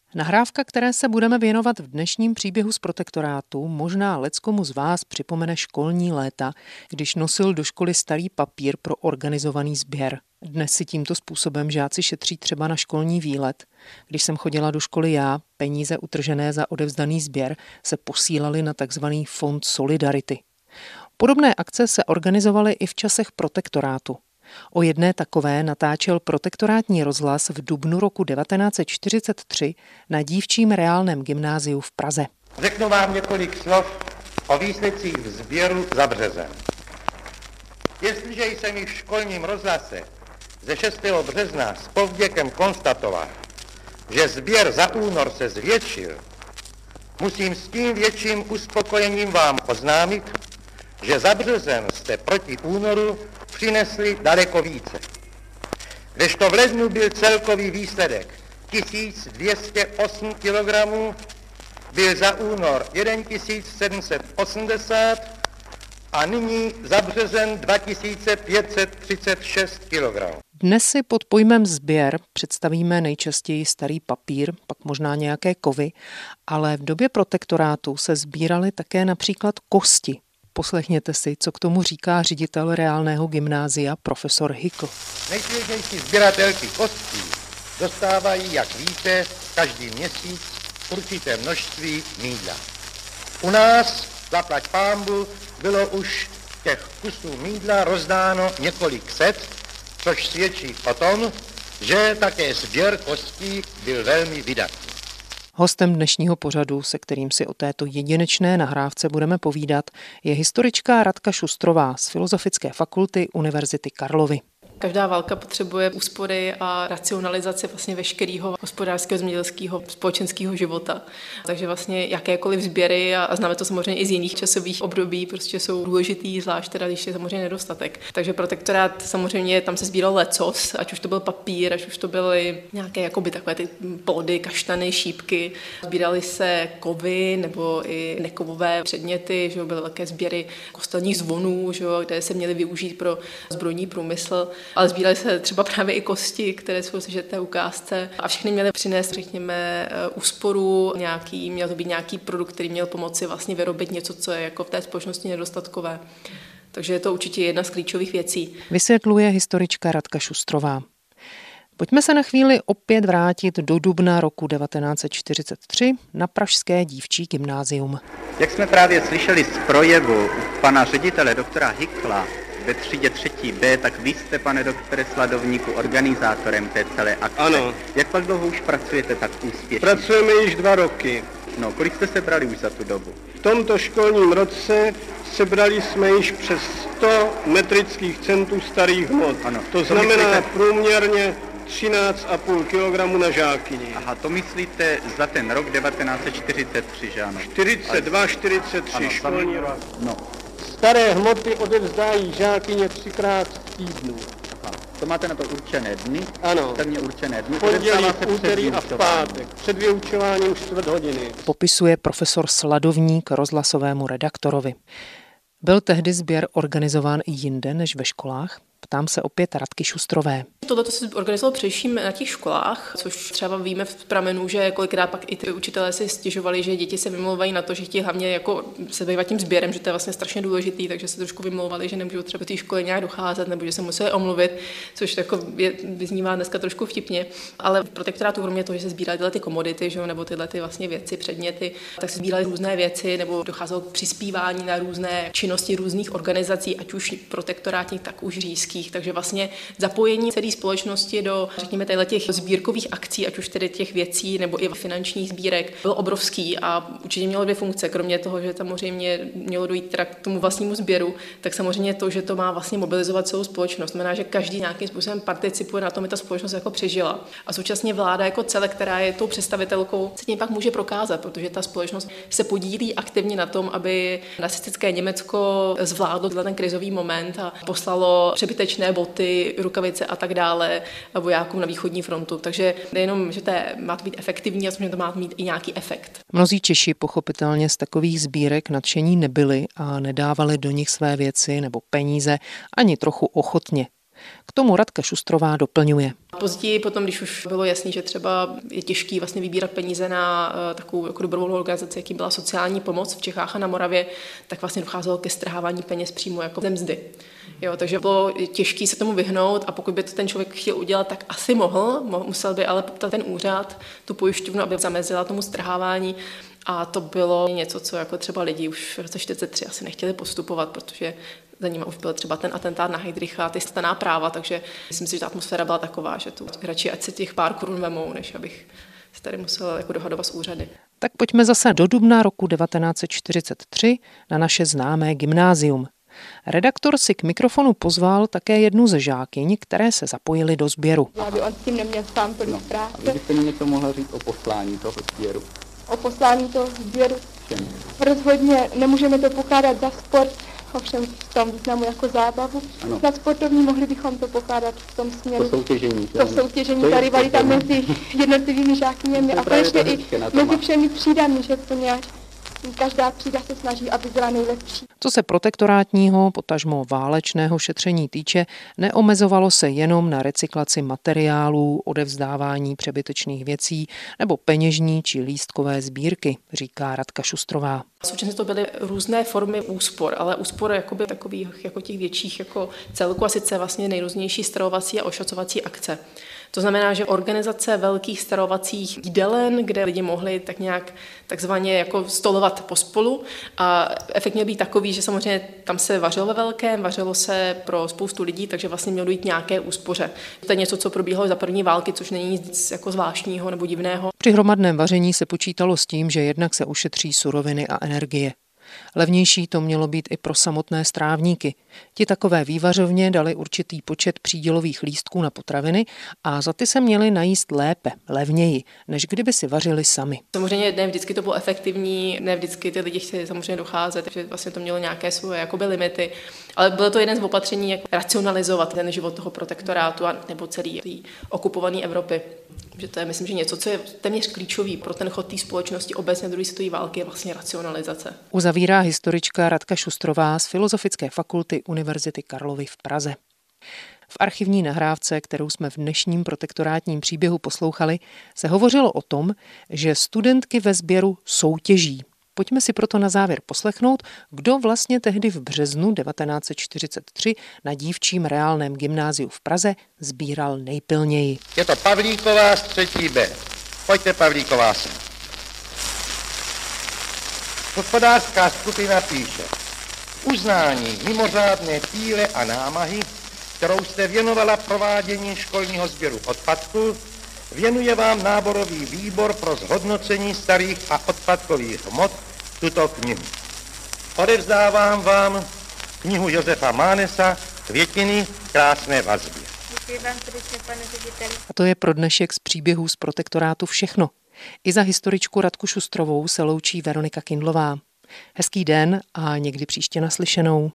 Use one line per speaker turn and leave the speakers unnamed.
Nahrávka, které se budeme věnovat v dnešním příběhu z protektorátu, možná leckomu z vás připomene školní léta, když nosil do školy starý papír pro organizovaný sběr. Dnes si tímto způsobem žáci šetří třeba na školní výlet. Když jsem chodila do školy já, peníze utržené za odevzdaný sběr se posílaly na takzvaný fond Solidarity. Podobné akce se organizovaly i v časech protektorátu. O jedné takové natáčel protektorátní rozhlas v dubnu roku 1943 na Dívčím reálném gymnáziu v Praze.
Řeknu vám několik slov o výsledcích sběru za březen. Jestliže jsem již v školním rozhlase ze 6. března s povděkem konstatoval, že sběr za únor se zvětšil, musím s tím větším uspokojením vám oznámit, že za březen jste proti únoru přinesli daleko více. Kdežto v lednu byl celkový výsledek 1208 kg, byl za únor 1780 a nyní za březen 2536 kg.
Dnes si pod pojmem sběr představíme nejčastěji starý papír, pak možná nějaké kovy, ale v době protektorátu se sbíraly také například kosti. Poslechněte si, co k tomu říká ředitel reálného gymnázia profesor Hykl.
Nejsvěžnější sběratelky kostí dostávají, jak víte, každý měsíc určité množství mýdla. U nás, zaplať pánbu, bylo už těch kusů mýdla rozdáno několik set, což svědčí o tom, že také sběr kostí byl velmi vydatný.
Hostem dnešního pořadu, se kterým si o této jedinečné nahrávce budeme povídat, je historička Radka Šustrová z Filozofické fakulty Univerzity Karlovy.
Každá válka potřebuje úspory a racionalizaci vlastně veškerého hospodářského, zemědělského, společenského života. Takže vlastně jakékoliv sběry, a známe to samozřejmě i z jiných časových období, prostě jsou důležitý, zvlášť teda, když je samozřejmě nedostatek. Takže protektorát samozřejmě tam se sbíral lecos, ať už to byl papír, ať už to byly nějaké jakoby takové ty plody, kaštany, šípky. Sbíraly se kovy nebo i nekovové předměty, že byly velké sběry kostelních zvonů, že kde se měly využít pro zbrojní průmysl. Ale sbíraly se třeba právě i kosti, které jsou v té ukázce a všechny měly přinést, řekněme, úsporu, měl to být nějaký produkt, který měl pomoci vlastně vyrobit něco, co je jako v té společnosti nedostatkové. Takže je to určitě jedna z klíčových věcí.
Vysvětluje historička Radka Šustrová. Pojďme se na chvíli opět vrátit do dubna roku 1943 na pražské Dívčí gymnázium.
Jak jsme právě slyšeli z projevu pana ředitele doktora Hykla ve třídě 3B, tak vy jste, pane doktore Sladovníku, organizátorem té celé akce.
Ano.
Jak pak dlouho už pracujete tak úspěšně?
Pracujeme již 2 roky.
No, kolik jste se brali už za tu dobu?
V tomto školním roce sebrali jsme již přes 100 metrických centů starých hmot.
Ano.
To znamená průměrně 13,5 kg na žákyni.
Aha, to myslíte za ten rok 1943, že ano?
42, 43 školní rok.
No.
Staré hmoty odevzdají žákyně 3krát v týdnu.
Aha. To máte na to určené dny?
Ano.
Pevně určené dny.
Pondělí, úterý a v pátek. Před vyučováním 4 hodiny.
Popisuje profesor Sladovník rozhlasovému redaktorovi. Byl tehdy sběr organizován i jinde než ve školách? Ptám se opět Radky Šustrové.
Tohle se organizovalo především na těch školách, což třeba víme v pramenu, že kolikrát pak i ty učitelé si stěžovali, že děti se vymlouvají na to, že chtějí hlavně jako se zabývat tím sběrem, že to je vlastně strašně důležitý, takže se trošku vymlouvali, že nemůžou třeba do té školy nějak docházet nebo že se museli omluvit, což jako vyznívá dneska trošku vtipně. Ale v protektorátu kromě toho, že se sbíraly tyhle ty komodity, že, nebo tyhle ty vlastně věci, předměty, tak se sbíraly různé věci nebo docházelo k přispívání na různé činnosti různých organizací, ať už protektorátních, tak už říjských. Takže vlastně zapojení celé společnosti do, řekněme, těch sbírkových akcí, ať už tedy těch věcí nebo i finančních sbírek, byl obrovský a určitě mělo 2 funkce. Kromě toho, že samozřejmě mělo dojít teda k tomu vlastnímu sběru, tak samozřejmě to, že to má vlastně mobilizovat celou společnost. Znamená, že každý nějakým způsobem participuje na tom, aby ta společnost jako přežila. A současně vláda jako celek, která je tou představitelkou, se tím pak může prokázat, protože ta společnost se podílí aktivně na tom, aby nacistické Německo zvládlo ten krizový moment a poslalo přebytečné boty, rukavice a tak dále vojákům na východní frontu. Takže nejenom, že to má to být efektivní, ale že to má mít i nějaký efekt.
Mnozí Češi pochopitelně z takových sbírek nadšení nebyli a nedávali do nich své věci nebo peníze ani trochu ochotně. K tomu Radka Šustrová doplňuje.
Později potom, když už bylo jasné, že třeba je těžký vlastně vybírat peníze na takovou jako dobrovolnou organizaci, jakým byla sociální pomoc v Čechách a na Moravě, tak vlastně docházelo ke strhávání peněz přímo jako ze mzdy. Jo, takže bylo těžké se tomu vyhnout a pokud by to ten člověk chtěl udělat, tak asi musel by ale poptat ten úřad, tu pojišťovnu, aby zamezila tomu strhávání. A to bylo něco, co jako třeba lidi už v roce 1943 asi nechtěli postupovat, protože za nimi už byl třeba ten atentát na Heydricha a ty stanná práva, takže myslím si, že ta atmosféra byla taková, že tu radši ať se těch pár korun vemou, než abych se tady musela jako dohadovat s úřady.
Tak pojďme zase do dubna roku 1943 na naše známé gymnázium. Redaktor si k mikrofonu pozval také jednu ze žákyň, které se zapojily do sběru.
Aby on s tím neměl sám tolik práce.
A byste mi něco mohla říct o poslání toho sběru?
O poslání toho sběru. Rozhodně nemůžeme to pokládat za sport, ovšem v tom významu jako zábavu.
Ano.
Na sportovní mohli bychom to pokládat v tom směru.
To soutěžení.
To soutěžení, ta rivalita mezi jednotlivými žákyněmi a konečně i mezi všemi třídami, že to nějak každá třída se snaží, aby byla nejlepší.
Co se protektorátního, potažmo válečného šetření týče, neomezovalo se jenom na recyklaci materiálů, odevzdávání přebytečných věcí nebo peněžní či lístkové sbírky, říká Radka Šustrová.
Současně to byly různé formy úspor, ale úspor jakoby takových jako těch větších jako celku a sice vlastně nejrůznější stravovací a ošacovací akce. To znamená, že organizace velkých stravovacích jídelen, kde lidi mohli tak nějak takzvaně jako stolovat pospolu a efekt měl být takový, že samozřejmě tam se vařilo ve velkém, vařilo se pro spoustu lidí, takže vlastně mělo dojít nějaké úspoře. To je něco, co probíhalo za první války, což není nic jako zvláštního nebo divného.
Při hromadném vaření se počítalo s tím, že jednak se ušetří suroviny a energie. Levnější to mělo být i pro samotné strávníky. Ti takové vývařovně dali určitý počet přídělových lístků na potraviny a za ty se měli najíst lépe, levněji, než kdyby si vařili sami.
Samozřejmě ne vždycky to bylo efektivní, ne vždycky ty lidi chtěli samozřejmě docházet, takže vlastně to mělo nějaké svoje jakoby limity, ale bylo to jeden z opatření, jak racionalizovat ten život toho protektorátu a nebo celý okupované Evropy. Že to je, myslím, že něco, co je téměř klíčový pro ten chod té společnosti obecně druhé světové války, je vlastně racionalizace.
Uzavírá historička Radka Šustrová z Filozofické fakulty Univerzity Karlovy v Praze. V archivní nahrávce, kterou jsme v dnešním protektorátním příběhu poslouchali, se hovořilo o tom, že studentky ve sběru soutěží. Pojďme si proto na závěr poslechnout, kdo vlastně tehdy v březnu 1943 na dívčím reálném gymnáziu v Praze sbíral nejpilněji.
Je to Pavlíková z 3. B. Pojďte, Pavlíková sem. Hospodářská skupina píše: uznání mimořádné píle a námahy, kterou jste věnovala provádění školního sběru odpadků, věnuje vám náborový výbor pro zhodnocení starých a odpadkových hmot tuto knihu. Odevzdávám vám knihu Josefa Mánesa Květiny krásné vazby.
Děkuji vám srdečně, pane řediteli.
A to je pro dnešek z příběhů z protektorátu všechno. I za historičku Radku Šustrovou se loučí Veronika Kindlová. Hezký den a někdy příště naslyšenou.